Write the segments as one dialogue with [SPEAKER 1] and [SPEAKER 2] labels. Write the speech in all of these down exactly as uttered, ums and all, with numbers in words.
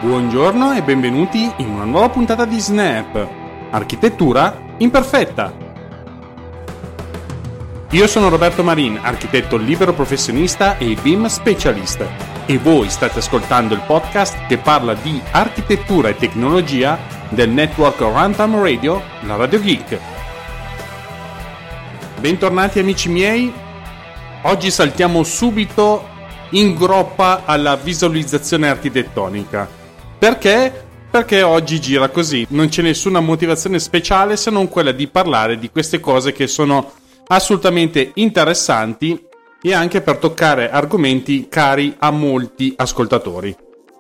[SPEAKER 1] Buongiorno e benvenuti in una nuova puntata di Snap, Architettura Imperfetta. Io sono Roberto Marin, architetto libero professionista e B I M specialist, e voi state ascoltando il podcast che parla di architettura e tecnologia del network Runtime Radio, la Radio Geek. Bentornati amici miei, oggi saltiamo subito in groppa alla visualizzazione architettonica. Perché? Perché oggi gira così, non c'è nessuna motivazione speciale se non quella di parlare di queste cose che sono assolutamente interessanti e anche per toccare argomenti cari a molti ascoltatori.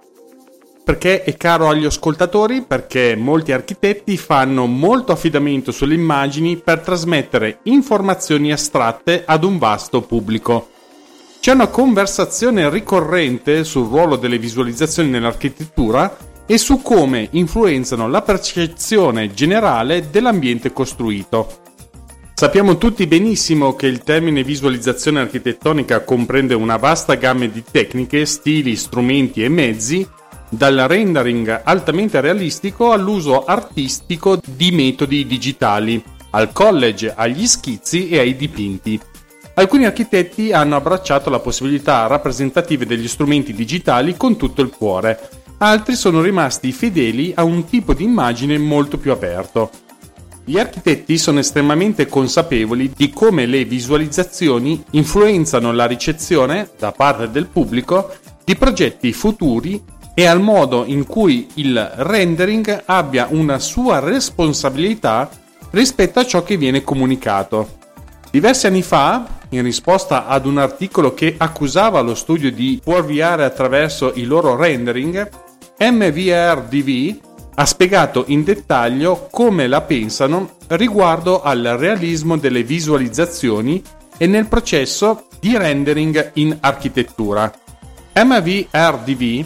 [SPEAKER 1] Perché è caro agli ascoltatori? Perché molti architetti fanno molto affidamento sulle immagini per trasmettere informazioni astratte ad un vasto pubblico. C'è una conversazione ricorrente sul ruolo delle visualizzazioni nell'architettura e su come influenzano la percezione generale dell'ambiente costruito. Sappiamo tutti benissimo che il termine visualizzazione architettonica comprende una vasta gamma di tecniche, stili, strumenti e mezzi, dal rendering altamente realistico all'uso artistico di metodi digitali, al collage, agli schizzi e ai dipinti. Alcuni architetti hanno abbracciato la possibilità rappresentative degli strumenti digitali con tutto il cuore, altri sono rimasti fedeli a un tipo di immagine molto più aperto. Gli architetti sono estremamente consapevoli di come le visualizzazioni influenzano la ricezione, da parte del pubblico, di progetti futuri e al modo in cui il rendering abbia una sua responsabilità rispetto a ciò che viene comunicato. Diversi anni fa, in risposta ad un articolo che accusava lo studio di fuorviare attraverso i loro rendering, M V R D V ha spiegato in dettaglio come la pensano riguardo al realismo delle visualizzazioni e nel processo di rendering in architettura. M V R D V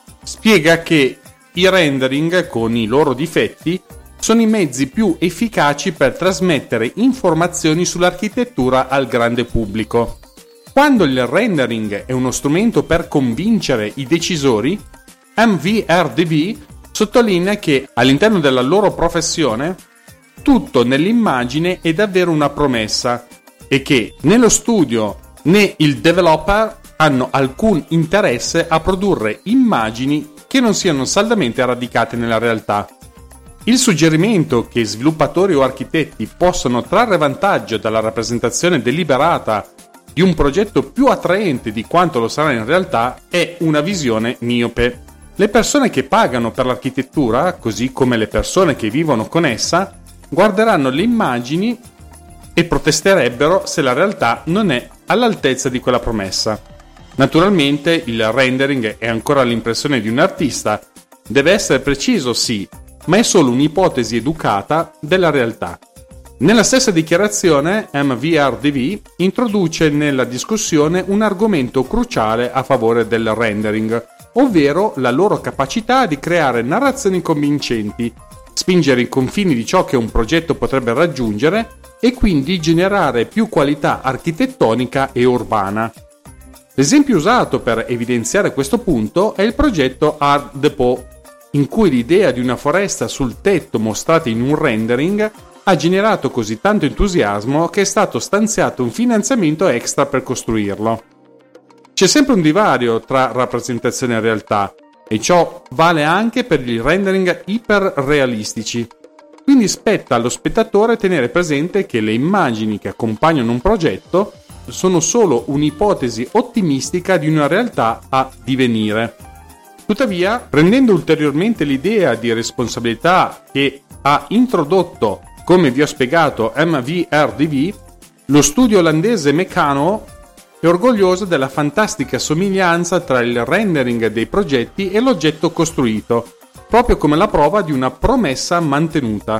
[SPEAKER 1] spiega che i rendering, con i loro difetti, sono i mezzi più efficaci per trasmettere informazioni sull'architettura al grande pubblico. Quando il rendering è uno strumento per convincere i decisori, M V R D V sottolinea che all'interno della loro professione tutto nell'immagine è davvero una promessa e che né lo studio né il developer hanno alcun interesse a produrre immagini che non siano saldamente radicate nella realtà. Il suggerimento che sviluppatori o architetti possano trarre vantaggio dalla rappresentazione deliberata di un progetto più attraente di quanto lo sarà in realtà è una visione miope. Le persone che pagano per l'architettura, così come le persone che vivono con essa, guarderanno le immagini e protesterebbero se la realtà non è all'altezza di quella promessa. Naturalmente il rendering è ancora l'impressione di un artista, deve essere preciso sì, ma è solo un'ipotesi educata della realtà. Nella stessa dichiarazione, M V R D V introduce nella discussione un argomento cruciale a favore del rendering, ovvero la loro capacità di creare narrazioni convincenti, spingere i confini di ciò che un progetto potrebbe raggiungere e quindi generare più qualità architettonica e urbana. L'esempio usato per evidenziare questo punto è il progetto Art Depot, in cui l'idea di una foresta sul tetto mostrata in un rendering ha generato così tanto entusiasmo che è stato stanziato un finanziamento extra per costruirlo. C'è sempre un divario tra rappresentazione e realtà, e ciò vale anche per i rendering iperrealistici. Quindi spetta allo spettatore tenere presente che le immagini che accompagnano un progetto sono solo un'ipotesi ottimistica di una realtà a divenire. Tuttavia, prendendo ulteriormente l'idea di responsabilità che ha introdotto, come vi ho spiegato, M V R D V, lo studio olandese Meccano è orgoglioso della fantastica somiglianza tra il rendering dei progetti e l'oggetto costruito, proprio come la prova di una promessa mantenuta.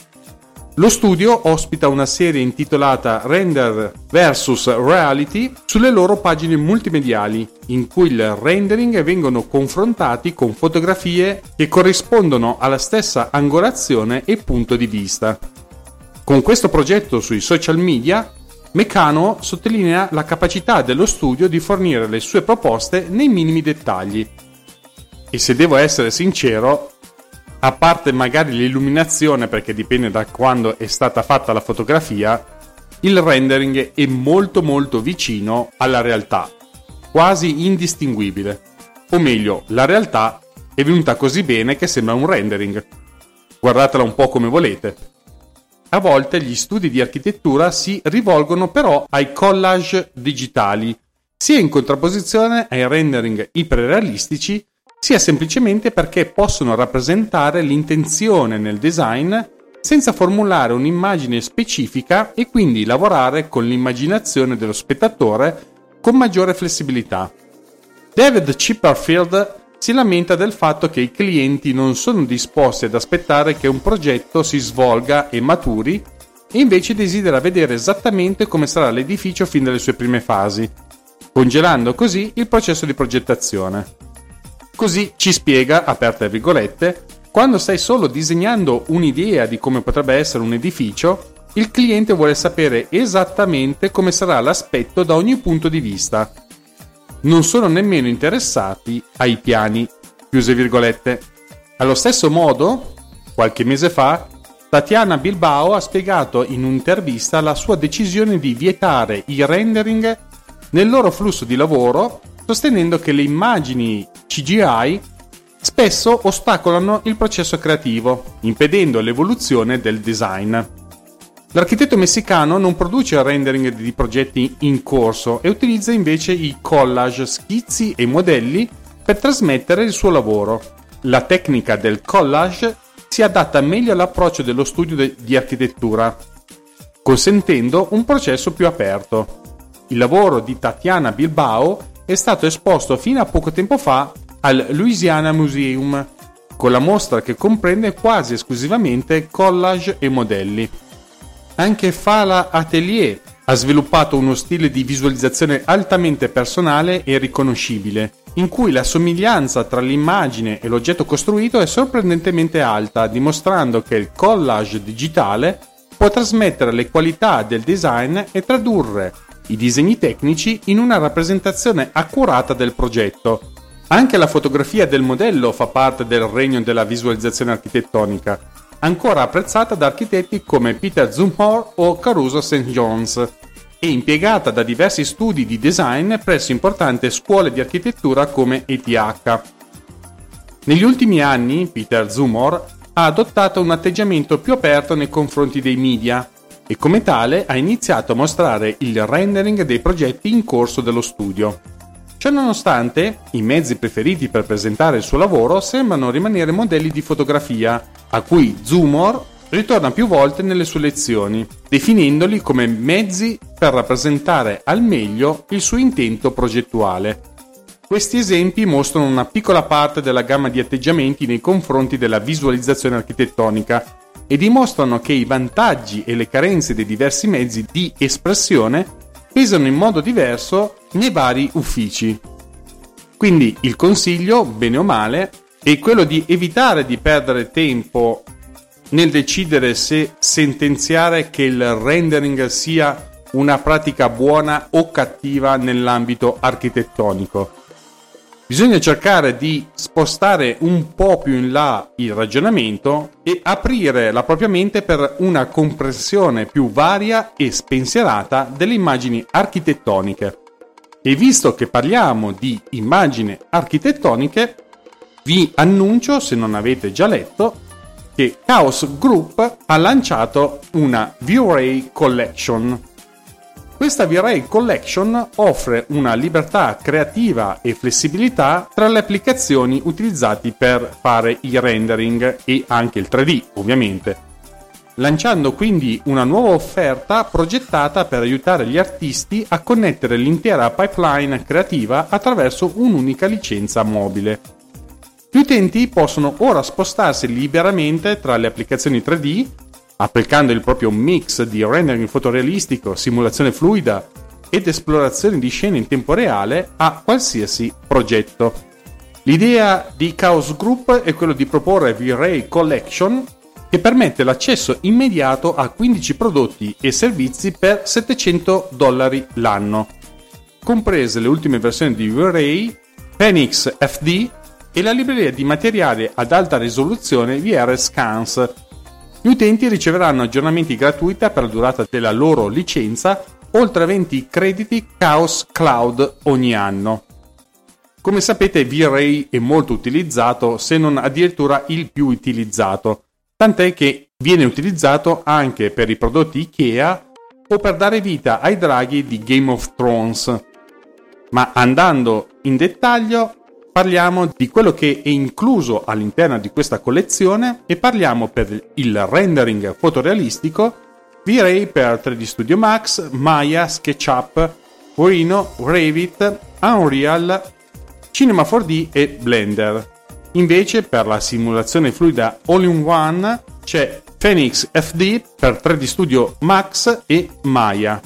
[SPEAKER 1] Lo studio ospita una serie intitolata Render versus Reality sulle loro pagine multimediali, in cui il rendering vengono confrontati con fotografie che corrispondono alla stessa angolazione e punto di vista. Con questo progetto sui social media, Meccano sottolinea la capacità dello studio di fornire le sue proposte nei minimi dettagli. E se devo essere sincero, a parte magari l'illuminazione, perché dipende da quando è stata fatta la fotografia, il rendering è molto molto vicino alla realtà, quasi indistinguibile. O meglio, la realtà è venuta così bene che sembra un rendering. Guardatela un po' come volete. A volte gli studi di architettura si rivolgono però ai collage digitali, sia in contrapposizione ai rendering iperrealistici, sia semplicemente perché possono rappresentare l'intenzione nel design senza formulare un'immagine specifica e quindi lavorare con l'immaginazione dello spettatore con maggiore flessibilità. David Chipperfield si lamenta del fatto che i clienti non sono disposti ad aspettare che un progetto si svolga e maturi e invece desidera vedere esattamente come sarà l'edificio fin dalle sue prime fasi, congelando così il processo di progettazione. Così ci spiega, aperte virgolette, quando stai solo disegnando un'idea di come potrebbe essere un edificio, il cliente vuole sapere esattamente come sarà l'aspetto da ogni punto di vista. Non sono nemmeno interessati ai piani, chiuse virgolette. Allo stesso modo, qualche mese fa, Tatiana Bilbao ha spiegato in un'intervista la sua decisione di vietare i rendering nel loro flusso di lavoro, sostenendo che le immagini C G I spesso ostacolano il processo creativo, impedendo l'evoluzione del design. L'architetto messicano non produce rendering di progetti in corso e utilizza invece i collage, schizzi e modelli per trasmettere il suo lavoro. La tecnica del collage si adatta meglio all'approccio dello studio de- di architettura, consentendo un processo più aperto. Il lavoro di Tatiana Bilbao è stato esposto fino a poco tempo fa al Louisiana Museum, con la mostra che comprende quasi esclusivamente collage e modelli. Anche Fala Atelier ha sviluppato uno stile di visualizzazione altamente personale e riconoscibile, in cui la somiglianza tra l'immagine e l'oggetto costruito è sorprendentemente alta, dimostrando che il collage digitale può trasmettere le qualità del design e tradurre i disegni tecnici in una rappresentazione accurata del progetto. Anche la fotografia del modello fa parte del regno della visualizzazione architettonica, ancora apprezzata da architetti come Peter Zumthor o Caruso Saint John's, e impiegata da diversi studi di design presso importanti scuole di architettura come E T H. Negli ultimi anni, Peter Zumthor ha adottato un atteggiamento più aperto nei confronti dei media e come tale ha iniziato a mostrare il rendering dei progetti in corso dello studio. Ciononostante, i mezzi preferiti per presentare il suo lavoro sembrano rimanere modelli di fotografia, a cui Zumthor ritorna più volte nelle sue lezioni, definendoli come mezzi per rappresentare al meglio il suo intento progettuale. Questi esempi mostrano una piccola parte della gamma di atteggiamenti nei confronti della visualizzazione architettonica e dimostrano che i vantaggi e le carenze dei diversi mezzi di espressione pesano in modo diverso nei vari uffici. Quindi il consiglio, bene o male, è quello di evitare di perdere tempo nel decidere se sentenziare che il rendering sia una pratica buona o cattiva nell'ambito architettonico. Bisogna cercare di spostare un po' più in là il ragionamento e aprire la propria mente per una comprensione più varia e spensierata delle immagini architettoniche. E visto che parliamo di immagini architettoniche, vi annuncio, se non avete già letto, che Chaos Group ha lanciato una V-Ray Collection. Questa V-Ray Collection offre una libertà creativa e flessibilità tra le applicazioni utilizzate per fare i rendering e anche il tre D, ovviamente, lanciando quindi una nuova offerta progettata per aiutare gli artisti a connettere l'intera pipeline creativa attraverso un'unica licenza mobile. Gli utenti possono ora spostarsi liberamente tra le applicazioni tre D, applicando il proprio mix di rendering fotorealistico, simulazione fluida ed esplorazione di scene in tempo reale a qualsiasi progetto. L'idea di Chaos Group è quello di proporre V-Ray Collection, che permette l'accesso immediato a quindici prodotti e servizi per settecento dollari l'anno, comprese le ultime versioni di V-Ray, Phoenix F D, e la libreria di materiale ad alta risoluzione V R Scans. Gli utenti riceveranno aggiornamenti gratuiti per la durata della loro licenza, oltre a venti crediti Chaos Cloud ogni anno. Come sapete, V-Ray è molto utilizzato, se non addirittura il più utilizzato, tant'è che viene utilizzato anche per i prodotti IKEA o per dare vita ai draghi di Game of Thrones. Ma andando in dettaglio, parliamo di quello che è incluso all'interno di questa collezione e parliamo per il rendering fotorealistico V-Ray per tre D Studio Max, Maya, SketchUp, Rhino, Revit, Unreal, Cinema four D e Blender. Invece per la simulazione fluida all-in-one c'è Phoenix F D per tre D Studio Max e Maya.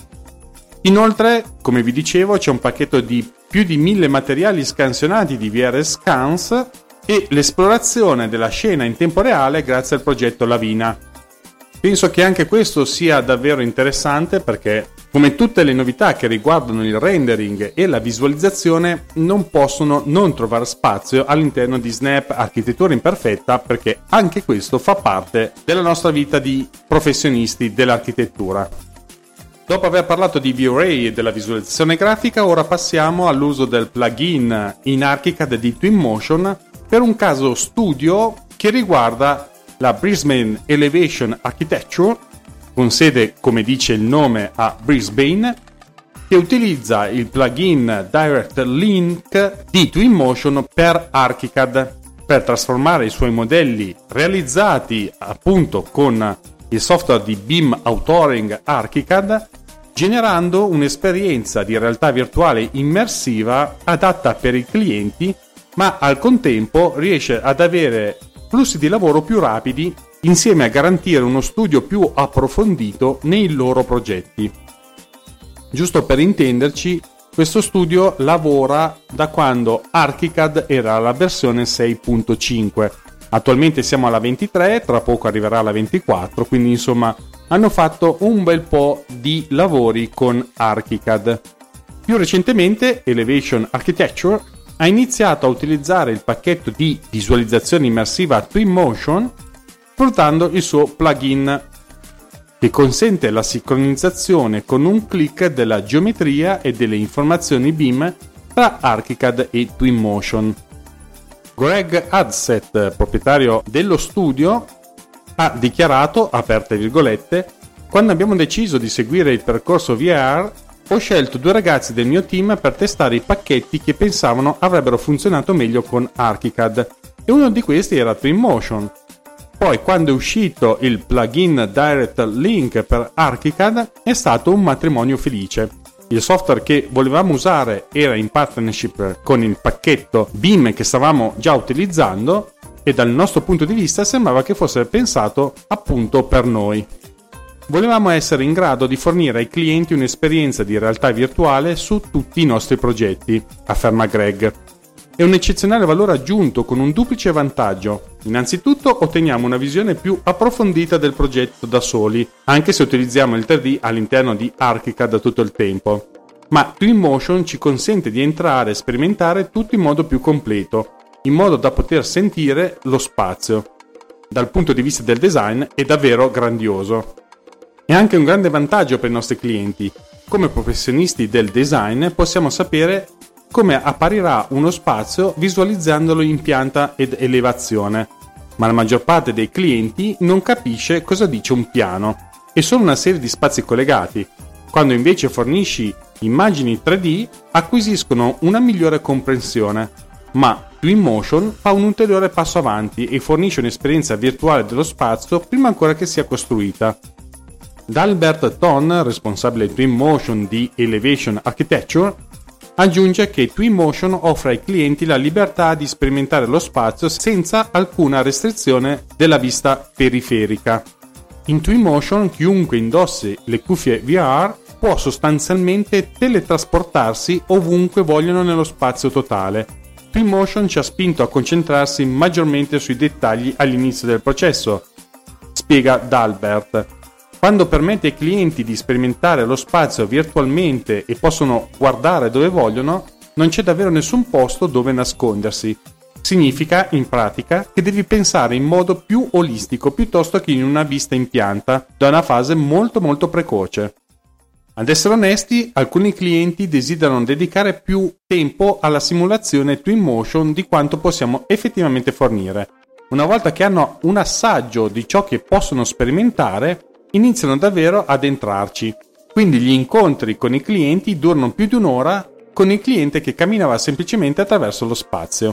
[SPEAKER 1] Inoltre, come vi dicevo, c'è un pacchetto di più di mille materiali scansionati di V R Scans e l'esplorazione della scena in tempo reale grazie al progetto Lavina. Penso che anche questo sia davvero interessante perché, come tutte le novità che riguardano il rendering e la visualizzazione, non possono non trovare spazio all'interno di Snap Architettura Imperfetta, perché anche questo fa parte della nostra vita di professionisti dell'architettura. Dopo aver parlato di V-Ray e della visualizzazione grafica, ora passiamo all'uso del plugin in ArchiCAD di Twinmotion per un caso studio che riguarda la Brisbane Elevation Architecture, con sede, come dice il nome, a Brisbane, che utilizza il plugin Direct Link di Twinmotion per ArchiCAD per trasformare i suoi modelli realizzati appunto con il software di Beam Authoring ArchiCAD, generando un'esperienza di realtà virtuale immersiva adatta per i clienti, ma al contempo riesce ad avere flussi di lavoro più rapidi insieme a garantire uno studio più approfondito nei loro progetti. Giusto per intenderci, questo studio lavora da quando ArchiCAD era alla versione sei punto cinque. Attualmente siamo alla ventitré, tra poco arriverà alla ventiquattro, quindi insomma hanno fatto un bel po' di lavori con ArchiCAD. Più recentemente Elevation Architecture ha iniziato a utilizzare il pacchetto di visualizzazione immersiva Twinmotion sfruttando il suo plugin che consente la sincronizzazione con un click della geometria e delle informazioni Beam tra ArchiCAD e Twinmotion. Greg Adset, proprietario dello studio, ha dichiarato, aperte virgolette, quando abbiamo deciso di seguire il percorso V R, ho scelto due ragazzi del mio team per testare i pacchetti che pensavano avrebbero funzionato meglio con ArchiCAD e uno di questi era Twinmotion. Poi quando è uscito il plugin Direct Link per ArchiCAD è stato un matrimonio felice. Il software che volevamo usare era in partnership con il pacchetto Beam che stavamo già utilizzando e dal nostro punto di vista sembrava che fosse pensato appunto per noi. Volevamo essere in grado di fornire ai clienti un'esperienza di realtà virtuale su tutti i nostri progetti, afferma Greg. È un eccezionale valore aggiunto con un duplice vantaggio. Innanzitutto otteniamo una visione più approfondita del progetto da soli, anche se utilizziamo il tre D all'interno di ArchiCAD tutto il tempo. Ma Twinmotion ci consente di entrare e sperimentare tutto in modo più completo, in modo da poter sentire lo spazio. Dal punto di vista del design è davvero grandioso. È anche un grande vantaggio per i nostri clienti. Come professionisti del design possiamo sapere come apparirà uno spazio visualizzandolo in pianta ed elevazione, ma la maggior parte dei clienti non capisce cosa dice un piano e solo una serie di spazi collegati. Quando invece fornisci immagini tre D acquisiscono una migliore comprensione, ma Twinmotion fa un ulteriore passo avanti e fornisce un'esperienza virtuale dello spazio prima ancora che sia costruita. Dalbert Ton, responsabile Twinmotion di Elevation Architecture, aggiunge che Twinmotion offre ai clienti la libertà di sperimentare lo spazio senza alcuna restrizione della vista periferica. In Twinmotion chiunque indossi le cuffie V R può sostanzialmente teletrasportarsi ovunque vogliono nello spazio totale. Twinmotion ci ha spinto a concentrarsi maggiormente sui dettagli all'inizio del processo, spiega Dalbert. Quando permette ai clienti di sperimentare lo spazio virtualmente e possono guardare dove vogliono, non c'è davvero nessun posto dove nascondersi. Significa, in pratica, che devi pensare in modo più olistico piuttosto che in una vista in pianta, da una fase molto molto precoce. Ad essere onesti, alcuni clienti desiderano dedicare più tempo alla simulazione Twinmotion di quanto possiamo effettivamente fornire. Una volta che hanno un assaggio di ciò che possono sperimentare, iniziano davvero ad entrarci. Quindi gli incontri con i clienti durano più di un'ora con il cliente che camminava semplicemente attraverso lo spazio.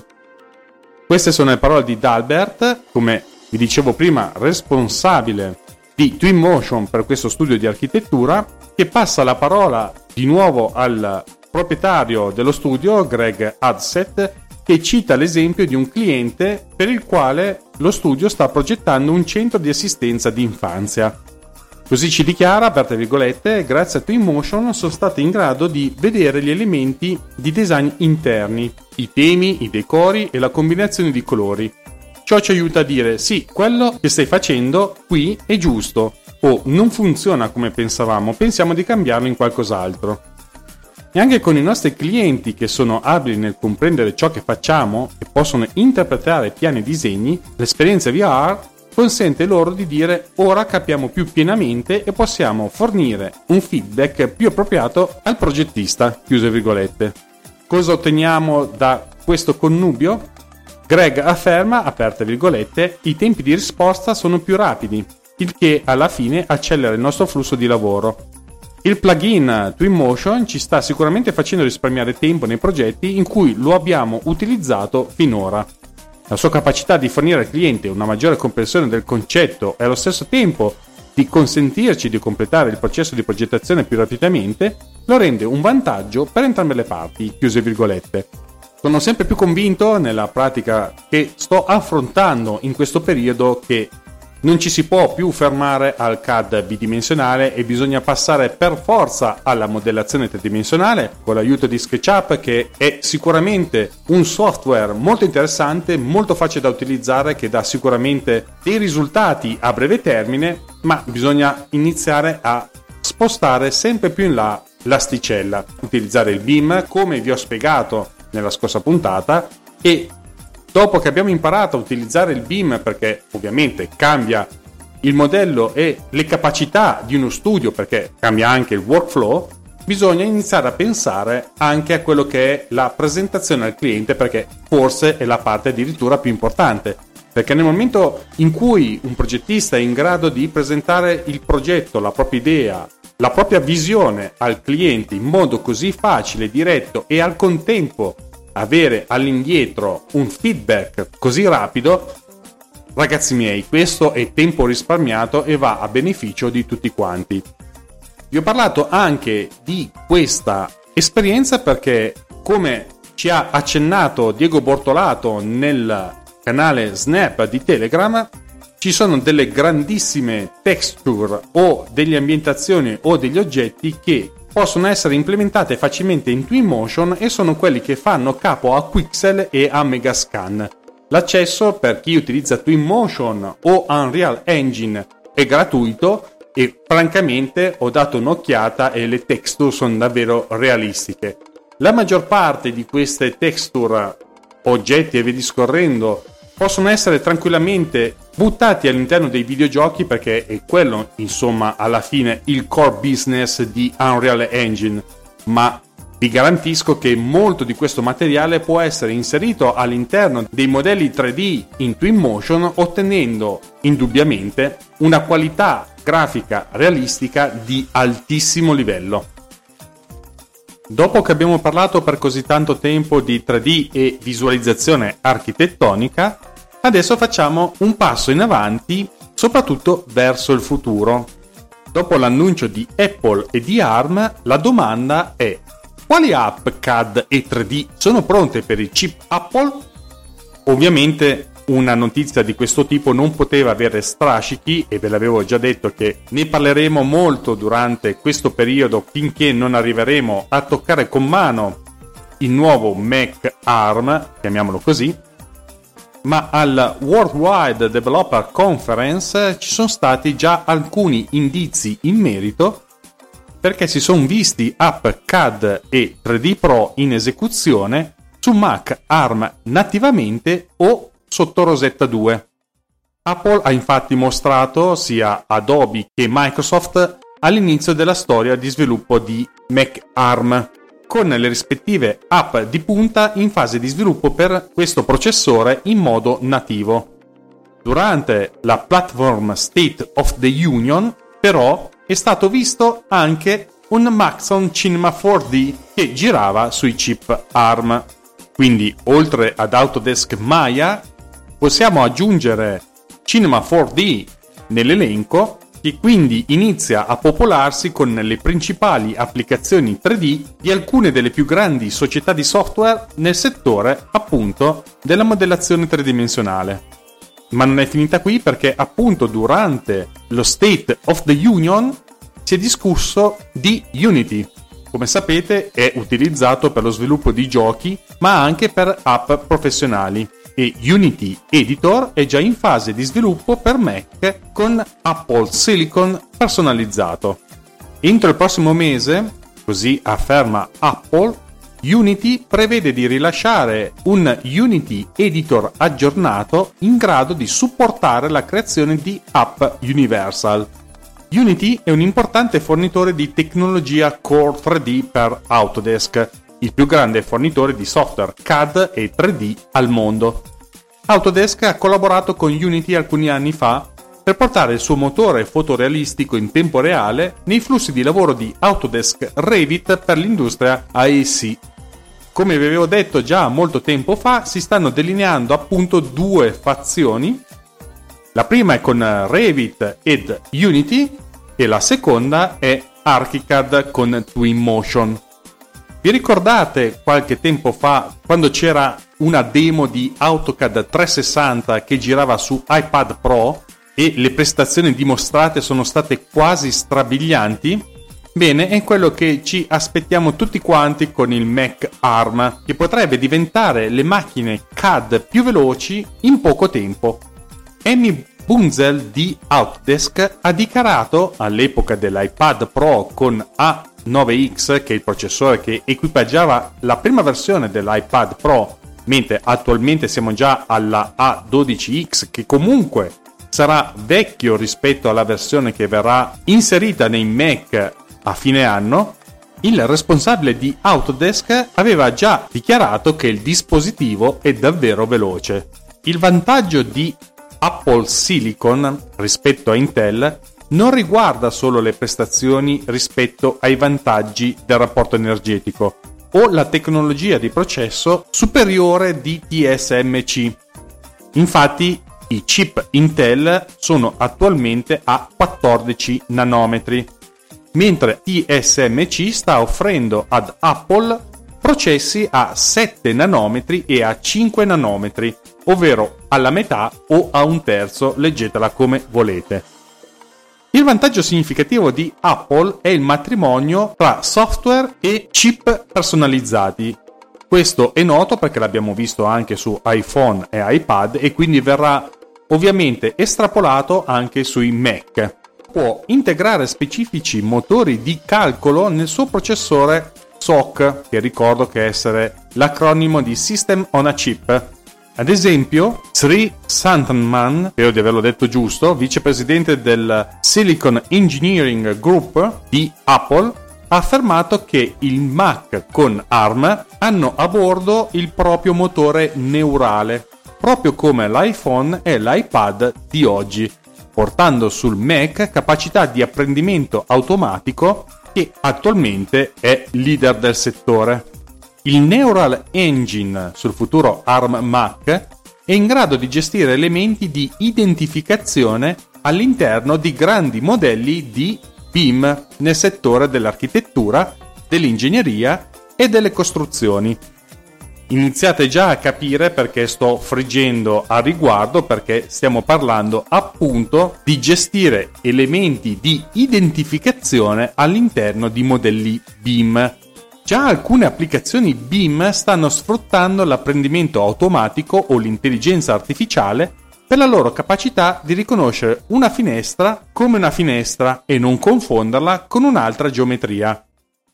[SPEAKER 1] Queste sono le parole di Dalbert, come vi dicevo prima, responsabile di Twinmotion per questo studio di architettura, che passa la parola di nuovo al proprietario dello studio, Greg Adsett, che cita l'esempio di un cliente per il quale lo studio sta progettando un centro di assistenza di infanzia. Così ci dichiara, aperte virgolette, grazie a Twinmotion sono stati in grado di vedere gli elementi di design interni, i temi, i decori e la combinazione di colori. Ciò ci aiuta a dire sì, quello che stai facendo qui è giusto, o non funziona come pensavamo, pensiamo di cambiarlo in qualcos'altro. E anche con i nostri clienti che sono abili nel comprendere ciò che facciamo e possono interpretare piani e disegni, l'esperienza V R consente loro di dire ora capiamo più pienamente e possiamo fornire un feedback più appropriato al progettista, chiuse virgolette. Cosa otteniamo da questo connubio? Greg afferma, aperte virgolette, i tempi di risposta sono più rapidi, il che alla fine accelera il nostro flusso di lavoro. Il plugin Twinmotion ci sta sicuramente facendo risparmiare tempo nei progetti in cui lo abbiamo utilizzato finora. La sua capacità di fornire al cliente una maggiore comprensione del concetto e allo stesso tempo di consentirci di completare il processo di progettazione più rapidamente lo rende un vantaggio per entrambe le parti, chiuse virgolette. Sono sempre più convinto nella pratica che sto affrontando in questo periodo che non ci si può più fermare al C A D bidimensionale e bisogna passare per forza alla modellazione tridimensionale con l'aiuto di SketchUp, che è sicuramente un software molto interessante, molto facile da utilizzare, che dà sicuramente dei risultati a breve termine, ma bisogna iniziare a spostare sempre più in là l'asticella, utilizzare il B I M come vi ho spiegato nella scorsa puntata, e dopo che abbiamo imparato a utilizzare il B I M, perché ovviamente cambia il modello e le capacità di uno studio, perché cambia anche il workflow, bisogna iniziare a pensare anche a quello che è la presentazione al cliente, perché forse è la parte addirittura più importante. Perché nel momento in cui un progettista è in grado di presentare il progetto, la propria idea, la propria visione al cliente in modo così facile, diretto e al contempo avere all'indietro un feedback così rapido, ragazzi miei, questo è tempo risparmiato e va a beneficio di tutti quanti. Vi ho parlato anche di questa esperienza perché, come ci ha accennato Diego Bortolato nel canale Snap di Telegram, ci sono delle grandissime texture o delle ambientazioni o degli oggetti che possono essere implementate facilmente in Twinmotion e sono quelli che fanno capo a Quixel e a Megascan. L'accesso per chi utilizza Twinmotion o Unreal Engine è gratuito e francamente ho dato un'occhiata e le texture sono davvero realistiche. La maggior parte di queste texture, oggetti e via discorrendo, possono essere tranquillamente buttati all'interno dei videogiochi, perché è quello, insomma, alla fine il core business di Unreal Engine, ma vi garantisco che molto di questo materiale può essere inserito all'interno dei modelli tre D in Twinmotion, ottenendo indubbiamente una qualità grafica realistica di altissimo livello. Dopo che abbiamo parlato per così tanto tempo di tre D e visualizzazione architettonica, adesso facciamo un passo in avanti, soprattutto verso il futuro. Dopo l'annuncio di Apple e di ARM, la domanda è: quali app C A D e tre D sono pronte per il chip Apple? Ovviamente una notizia di questo tipo non poteva avere strascichi e ve l'avevo già detto che ne parleremo molto durante questo periodo finché non arriveremo a toccare con mano il nuovo Mac ARM, chiamiamolo così, ma al Worldwide Developer Conference ci sono stati già alcuni indizi in merito, perché si sono visti app C A D e tre D Pro in esecuzione su Mac ARM nativamente o sotto Rosetta due. Apple ha infatti mostrato sia Adobe che Microsoft all'inizio della storia di sviluppo di Mac ARM, con le rispettive app di punta in fase di sviluppo per questo processore in modo nativo. Durante la Platform State of the Union, però, è stato visto anche un Maxon Cinema quattro D che girava sui chip ARM. Quindi, oltre ad Autodesk Maya, possiamo aggiungere Cinema quattro D nell'elenco, che quindi inizia a popolarsi con le principali applicazioni tre D di alcune delle più grandi società di software nel settore, appunto, della modellazione tridimensionale. Ma non è finita qui, perché appunto durante lo State of the Union si è discusso di Unity. Come sapete è utilizzato per lo sviluppo di giochi, ma anche per app professionali, e Unity Editor è già in fase di sviluppo per Mac con Apple Silicon personalizzato. Entro il prossimo mese, così afferma Apple, Unity prevede di rilasciare un Unity Editor aggiornato in grado di supportare la creazione di app Universal. Unity è un importante fornitore di tecnologia Core tre D per Autodesk, il più grande fornitore di software C A D e tre D al mondo. Autodesk ha collaborato con Unity alcuni anni fa per portare il suo motore fotorealistico in tempo reale nei flussi di lavoro di Autodesk Revit per l'industria A E C. Come vi avevo detto già molto tempo fa, si stanno delineando appunto due fazioni. La prima è con Revit ed Unity e la seconda è Archicad con Twinmotion. Vi ricordate qualche tempo fa quando c'era una demo di AutoCAD trecentosessanta che girava su iPad Pro e le prestazioni dimostrate sono state quasi strabilianti? Bene, è quello che ci aspettiamo tutti quanti con il Mac ARM, che potrebbe diventare le macchine C A D più veloci in poco tempo. Amy Bunzel di Autodesk ha dichiarato all'epoca dell'iPad Pro con A nove X, che è il processore che equipaggiava la prima versione dell'iPad Pro, mentre attualmente siamo già alla A dodici X, che comunque sarà vecchio rispetto alla versione che verrà inserita nei Mac a fine anno. Il responsabile di Autodesk aveva già dichiarato che il dispositivo è davvero veloce. Il vantaggio di Apple Silicon rispetto a Intel non riguarda solo le prestazioni rispetto ai vantaggi del rapporto energetico o la tecnologia di processo superiore di T S M C. Infatti, i chip Intel sono attualmente a quattordici nanometri, mentre T S M C sta offrendo ad Apple processi a sette nanometri e a cinque nanometri, ovvero alla metà o a un terzo, leggetela come volete. Il vantaggio significativo di Apple è il matrimonio tra software e chip personalizzati. Questo è noto perché l'abbiamo visto anche su iPhone e iPad e quindi verrà ovviamente estrapolato anche sui Mac. Può integrare specifici motori di calcolo nel suo processore S O C, che ricordo che essere l'acronimo di System on a Chip. Ad esempio, Sri Santanman, spero di averlo detto giusto, vicepresidente del Silicon Engineering Group di Apple, ha affermato che il Mac con ARM hanno a bordo il proprio motore neurale, proprio come l'iPhone e l'iPad di oggi, portando sul Mac capacità di apprendimento automatico che attualmente è leader del settore. Il Neural Engine sul futuro ARM Mac è in grado di gestire elementi di identificazione all'interno di grandi modelli di B I M nel settore dell'architettura, dell'ingegneria e delle costruzioni. Iniziate già a capire perché sto friggendo a riguardo, perché stiamo parlando appunto di gestire elementi di identificazione all'interno di modelli B I M. Già alcune applicazioni B I M stanno sfruttando l'apprendimento automatico o l'intelligenza artificiale per la loro capacità di riconoscere una finestra come una finestra e non confonderla con un'altra geometria.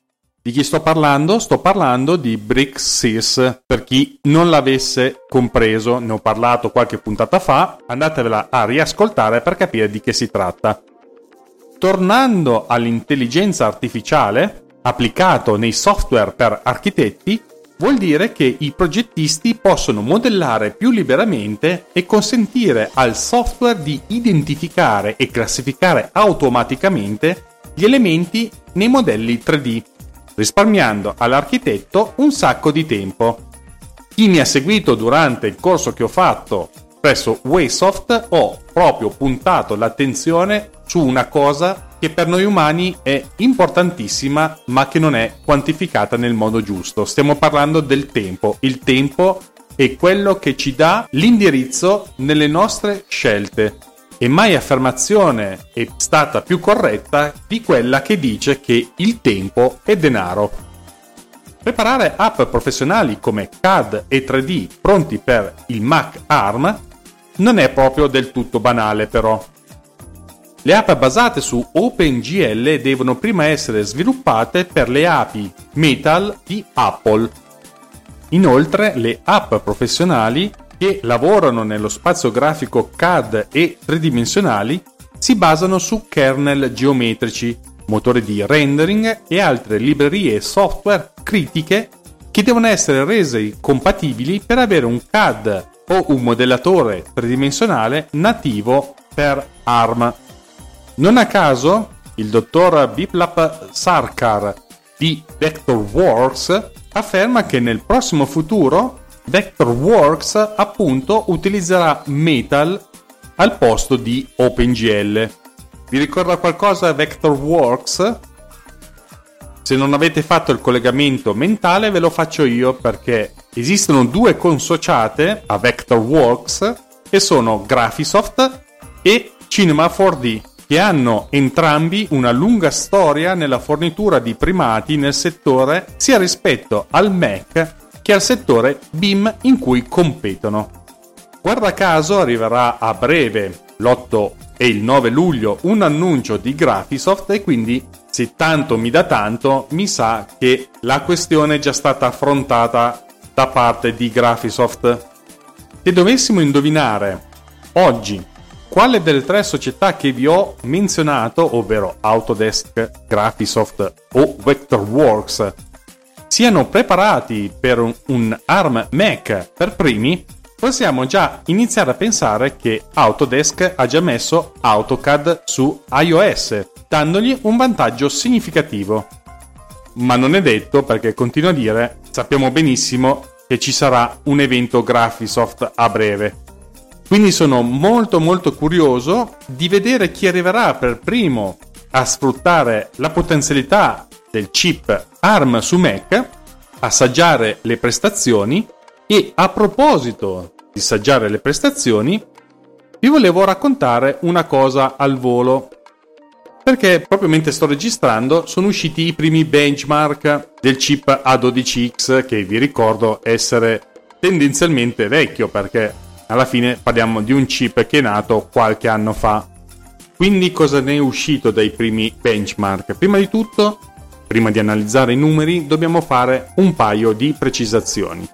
[SPEAKER 1] Di chi sto parlando? Sto parlando di BricsSys. Per chi non l'avesse compreso, ne ho parlato qualche puntata fa, andatevela a riascoltare per capire di che si tratta. Tornando all'intelligenza artificiale, applicato nei software per architetti, vuol dire che i progettisti possono modellare più liberamente e consentire al software di identificare e classificare automaticamente gli elementi nei modelli tre D, risparmiando all'architetto un sacco di tempo. Chi mi ha seguito durante il corso che ho fatto presso Waysoft, ho proprio puntato l'attenzione su una cosa che per noi umani è importantissima ma che non è quantificata nel modo giusto. Stiamo parlando del tempo. Il tempo è quello che ci dà l'indirizzo nelle nostre scelte. E mai affermazione è stata più corretta di quella che dice che il tempo è denaro. Preparare app professionali come C A D e tre D pronti per il Mac ARM non è proprio del tutto banale, però. Le app basate su OpenGL devono prima essere sviluppate per le A P I Metal di Apple. Inoltre, le app professionali che lavorano nello spazio grafico C A D e tridimensionali si basano su kernel geometrici, motori di rendering e altre librerie software critiche che devono essere rese compatibili per avere un C A D o un modellatore tridimensionale nativo per ARM. Non a caso, il dottor Biplab Sarkar di Vectorworks afferma che nel prossimo futuro Vectorworks appunto utilizzerà Metal al posto di OpenGL. Vi ricorda qualcosa Vectorworks? Se non avete fatto il collegamento mentale ve lo faccio io, perché esistono due consociate a Vectorworks e sono Graphisoft e Cinema quattro D, che hanno entrambi una lunga storia nella fornitura di primati nel settore sia rispetto al Mac che al settore B I M in cui competono. Guarda caso arriverà a breve, l'otto e il nove luglio, un annuncio di Graphisoft e quindi, se tanto mi dà tanto, mi sa che la questione è già stata affrontata da parte di Graphisoft. Se dovessimo indovinare oggi quale delle tre società che vi ho menzionato, ovvero Autodesk, Graphisoft o Vectorworks, siano preparati per un, un ARM Mac per primi, possiamo già iniziare a pensare che Autodesk ha già messo AutoCAD su iOS, dandogli un vantaggio significativo. Ma non è detto, perché continuo a dire, sappiamo benissimo che ci sarà un evento Graphisoft a breve. Quindi sono molto molto curioso di vedere chi arriverà per primo a sfruttare la potenzialità del chip ARM su Mac, assaggiare le prestazioni. E a proposito di assaggiare le prestazioni, vi volevo raccontare una cosa al volo, perché proprio mentre sto registrando sono usciti i primi benchmark del chip A dodici X, che vi ricordo essere tendenzialmente vecchio, perché alla fine parliamo di un chip che è nato qualche anno fa. Quindi cosa ne è uscito dai primi benchmark? Prima di tutto, prima di analizzare i numeri, dobbiamo fare un paio di precisazioni.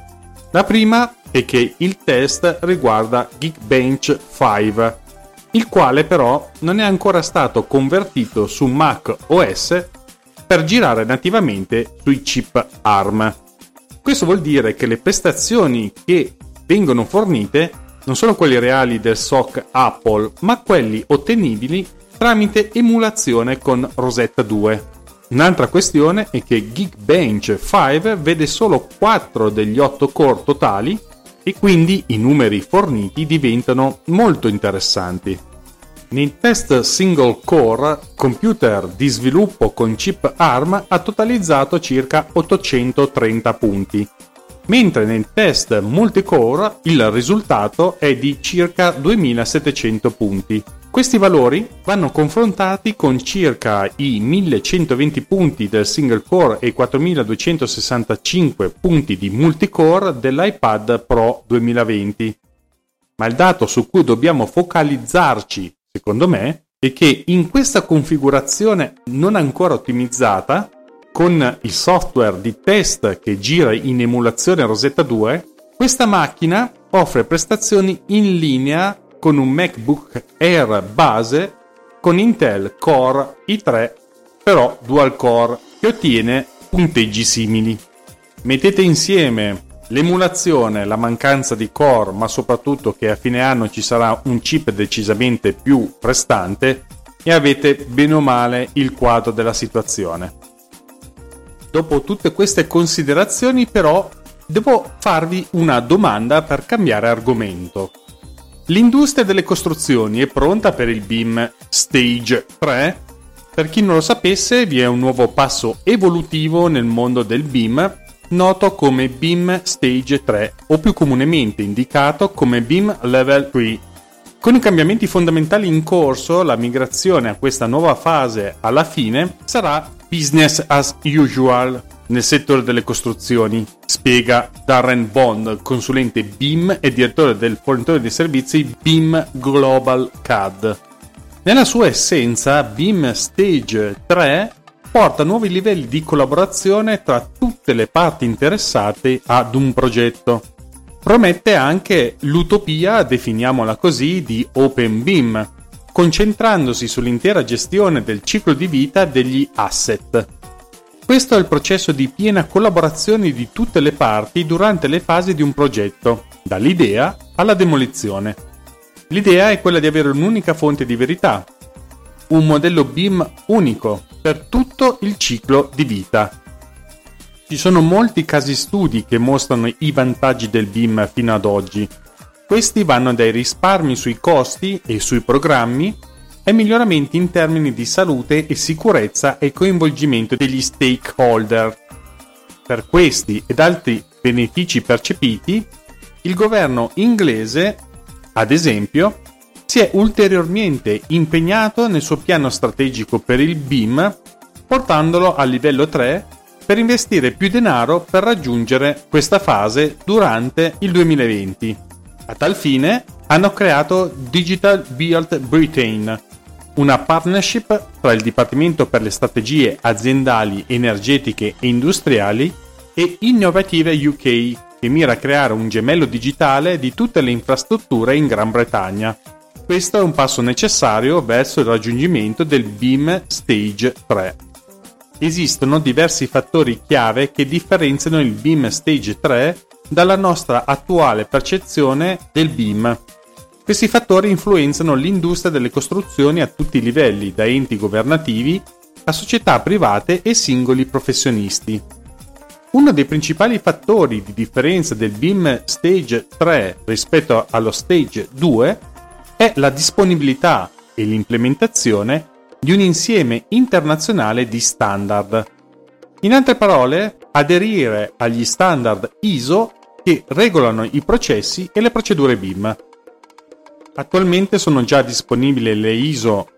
[SPEAKER 1] La prima è che il test riguarda Geekbench cinque, il quale però non è ancora stato convertito su Mac O S per girare nativamente sui chip ARM. Questo vuol dire che le prestazioni che vengono fornite non sono quelli reali del S O C Apple, ma quelli ottenibili tramite emulazione con Rosetta due. Un'altra questione è che Geekbench cinque vede solo quattro degli otto core totali e quindi i numeri forniti diventano molto interessanti. Nel test single core, computer di sviluppo con chip ARM ha totalizzato circa ottocentotrenta punti, mentre nel test multicore il risultato è di circa duemilasettecento punti. Questi valori vanno confrontati con circa i millecentoventi punti del single core e i quattromiladuecentosessantacinque punti di multicore dell'iPad Pro duemilaventi. Ma il dato su cui dobbiamo focalizzarci, secondo me, è che in questa configurazione non ancora ottimizzata, con il software di test che gira in emulazione Rosetta due, questa macchina offre prestazioni in linea con un MacBook Air base con Intel Core i tre, però dual core, che ottiene punteggi simili. Mettete insieme l'emulazione, la mancanza di core, ma soprattutto che a fine anno ci sarà un chip decisamente più prestante, e avete bene o male il quadro della situazione. Dopo tutte queste considerazioni, però, devo farvi una domanda per cambiare argomento. L'industria delle costruzioni è pronta per il B I M Stage tre? Per chi non lo sapesse, vi è un nuovo passo evolutivo nel mondo del B I M, noto come B I M Stage tre, o più comunemente indicato come B I M Level tre. Con i cambiamenti fondamentali in corso, la migrazione a questa nuova fase alla fine sarà business as usual nel settore delle costruzioni, spiega Darren Bond, consulente B I M e direttore del fornitore di servizi B I M Global C A D. Nella sua essenza, B I M Stage tre porta nuovi livelli di collaborazione tra tutte le parti interessate ad un progetto. Promette anche l'utopia, definiamola così, di Open B I M, concentrandosi sull'intera gestione del ciclo di vita degli asset. Questo è il processo di piena collaborazione di tutte le parti durante le fasi di un progetto, dall'idea alla demolizione. L'idea è quella di avere un'unica fonte di verità, un modello B I M unico per tutto il ciclo di vita. Ci sono molti casi studi che mostrano i vantaggi del B I M fino ad oggi. Questi vanno dai risparmi sui costi e sui programmi ai miglioramenti in termini di salute e sicurezza e coinvolgimento degli stakeholder. Per questi ed altri benefici percepiti, il governo inglese, ad esempio, si è ulteriormente impegnato nel suo piano strategico per il B I M, portandolo al livello tre per investire più denaro per raggiungere questa fase durante il duemilaventi. A tal fine hanno creato Digital Build Britain, una partnership tra il Dipartimento per le strategie aziendali, energetiche e industriali e Innovative U K, che mira a creare un gemello digitale di tutte le infrastrutture in Gran Bretagna. Questo è un passo necessario verso il raggiungimento del B I M Stage tre. Esistono diversi fattori chiave che differenziano il B I M Stage tre dalla nostra attuale percezione del B I M. Questi fattori influenzano l'industria delle costruzioni a tutti i livelli, da enti governativi a società private e singoli professionisti. Uno dei principali fattori di differenza del B I M Stage tre rispetto allo Stage due è la disponibilità e l'implementazione di un insieme internazionale di standard. In altre parole, aderire agli standard I S O che regolano i processi e le procedure B I M. Attualmente sono già disponibili le I S O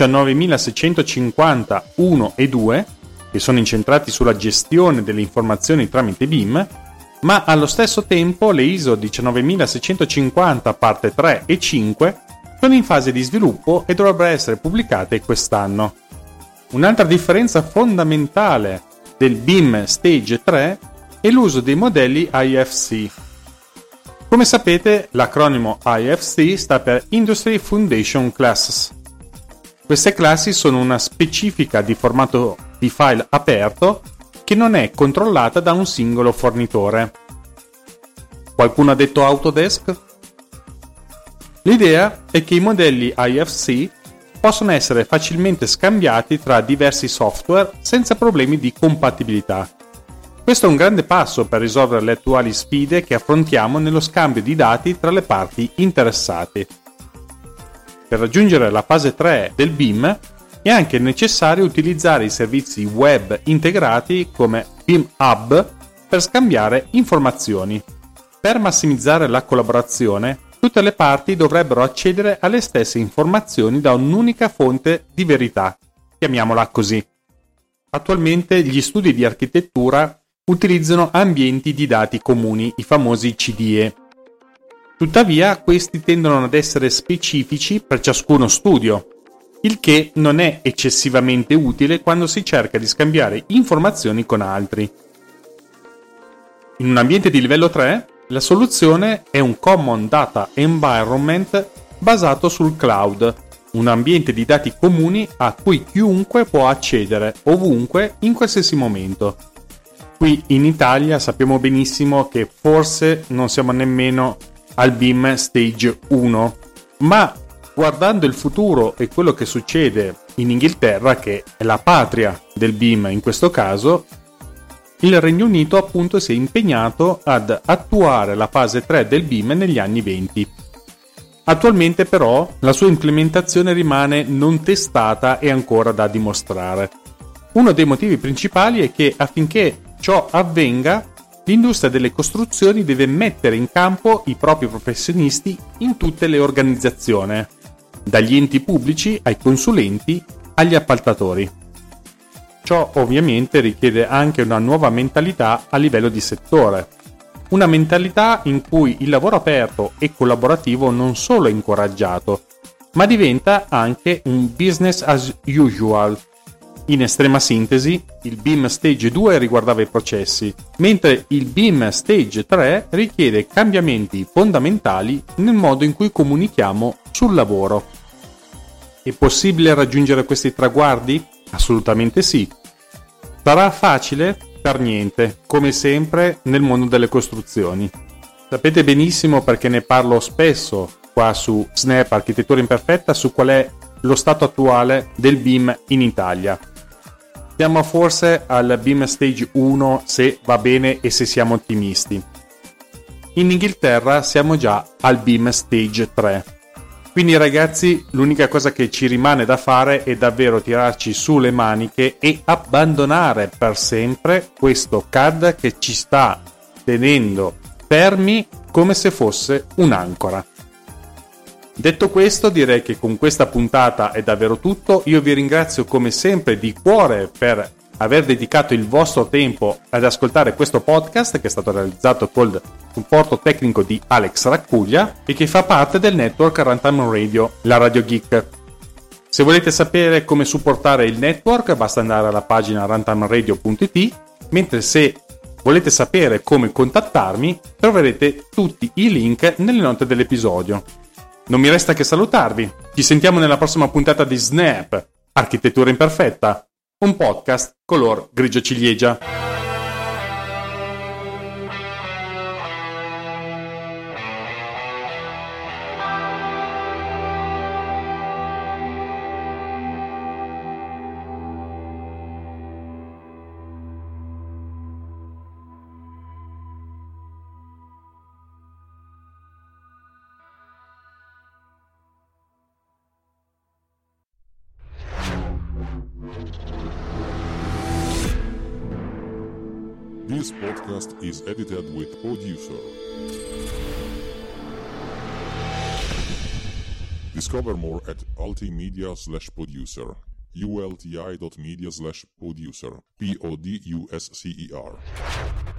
[SPEAKER 1] diciannovemilaseicentocinquanta uno e due, che sono incentrati sulla gestione delle informazioni tramite B I M, ma allo stesso tempo le I S O diciannovemilaseicentocinquanta parte tre e cinque sono in fase di sviluppo e dovrebbero essere pubblicate quest'anno. Un'altra differenza fondamentale del B I M Stage tre è l'uso dei modelli I F C. Come sapete, l'acronimo I F C sta per Industry Foundation Classes. Queste classi sono una specifica di formato di file aperto che non è controllata da un singolo fornitore. Qualcuno ha detto Autodesk? L'idea è che i modelli I F C possono essere facilmente scambiati tra diversi software senza problemi di compatibilità. Questo è un grande passo per risolvere le attuali sfide che affrontiamo nello scambio di dati tra le parti interessate. Per raggiungere la fase tre del B I M è anche necessario utilizzare i servizi web integrati come B I M Hub per scambiare informazioni. Per massimizzare la collaborazione, tutte le parti dovrebbero accedere alle stesse informazioni da un'unica fonte di verità, chiamiamola così. Attualmente gli studi di architettura utilizzano ambienti di dati comuni, i famosi C D E. Tuttavia, questi tendono ad essere specifici per ciascuno studio. il che non è eccessivamente utile quando si cerca di scambiare informazioni con altri. In un ambiente di livello tre, la soluzione è un Common Data Environment basato sul cloud, un ambiente di dati comuni a cui chiunque può accedere ovunque in qualsiasi momento. Qui in Italia sappiamo benissimo che forse non siamo nemmeno al B I M Stage uno, ma guardando il futuro e quello che succede in Inghilterra, che è la patria del B I M in questo caso, il Regno Unito appunto si è impegnato ad attuare la fase tre del B I M negli anni venti. Attualmente però la sua implementazione rimane non testata e ancora da dimostrare. Uno dei motivi principali è che affinché ciò avvenga, l'industria delle costruzioni deve mettere in campo i propri professionisti in tutte le organizzazioni, dagli enti pubblici ai consulenti agli appaltatori. Ciò ovviamente richiede anche una nuova mentalità a livello di settore, una mentalità in cui il lavoro aperto e collaborativo non solo è incoraggiato, ma diventa anche un business as usual. In estrema sintesi, il B I M Stage due riguardava i processi, mentre il B I M Stage tre richiede cambiamenti fondamentali nel modo in cui comunichiamo sul lavoro. È possibile raggiungere questi traguardi? Assolutamente sì. Sarà facile? Per niente, come sempre nel mondo delle costruzioni. Sapete benissimo, perché ne parlo spesso qua su Snap Architettura Imperfetta, su qual è lo stato attuale del B I M in Italia. Siamo forse al B I M Stage uno se va bene e se siamo ottimisti. In Inghilterra siamo già al B I M Stage tre. Quindi ragazzi, l'unica cosa che ci rimane da fare è davvero tirarci su le maniche e abbandonare per sempre questo C A D che ci sta tenendo fermi come se fosse un'ancora. Detto questo, direi che con questa puntata è davvero tutto. Io vi ringrazio come sempre di cuore per aver dedicato il vostro tempo ad ascoltare questo podcast, che è stato realizzato col supporto tecnico di Alex Raccuglia e che fa parte del network Runtime Radio, la Radio Geek. Se volete sapere come supportare il network, basta andare alla pagina runtimeradio punto it, mentre se volete sapere come contattarmi, troverete tutti i link nelle note dell'episodio. Non mi resta che salutarvi. Ci sentiamo nella prossima puntata di Snap Architettura Imperfetta, un podcast color grigio ciliegia.
[SPEAKER 2] This podcast is edited with Producer. Discover more at ultimedia slash producer. ulti dot media slash producer. P O D U S C E R.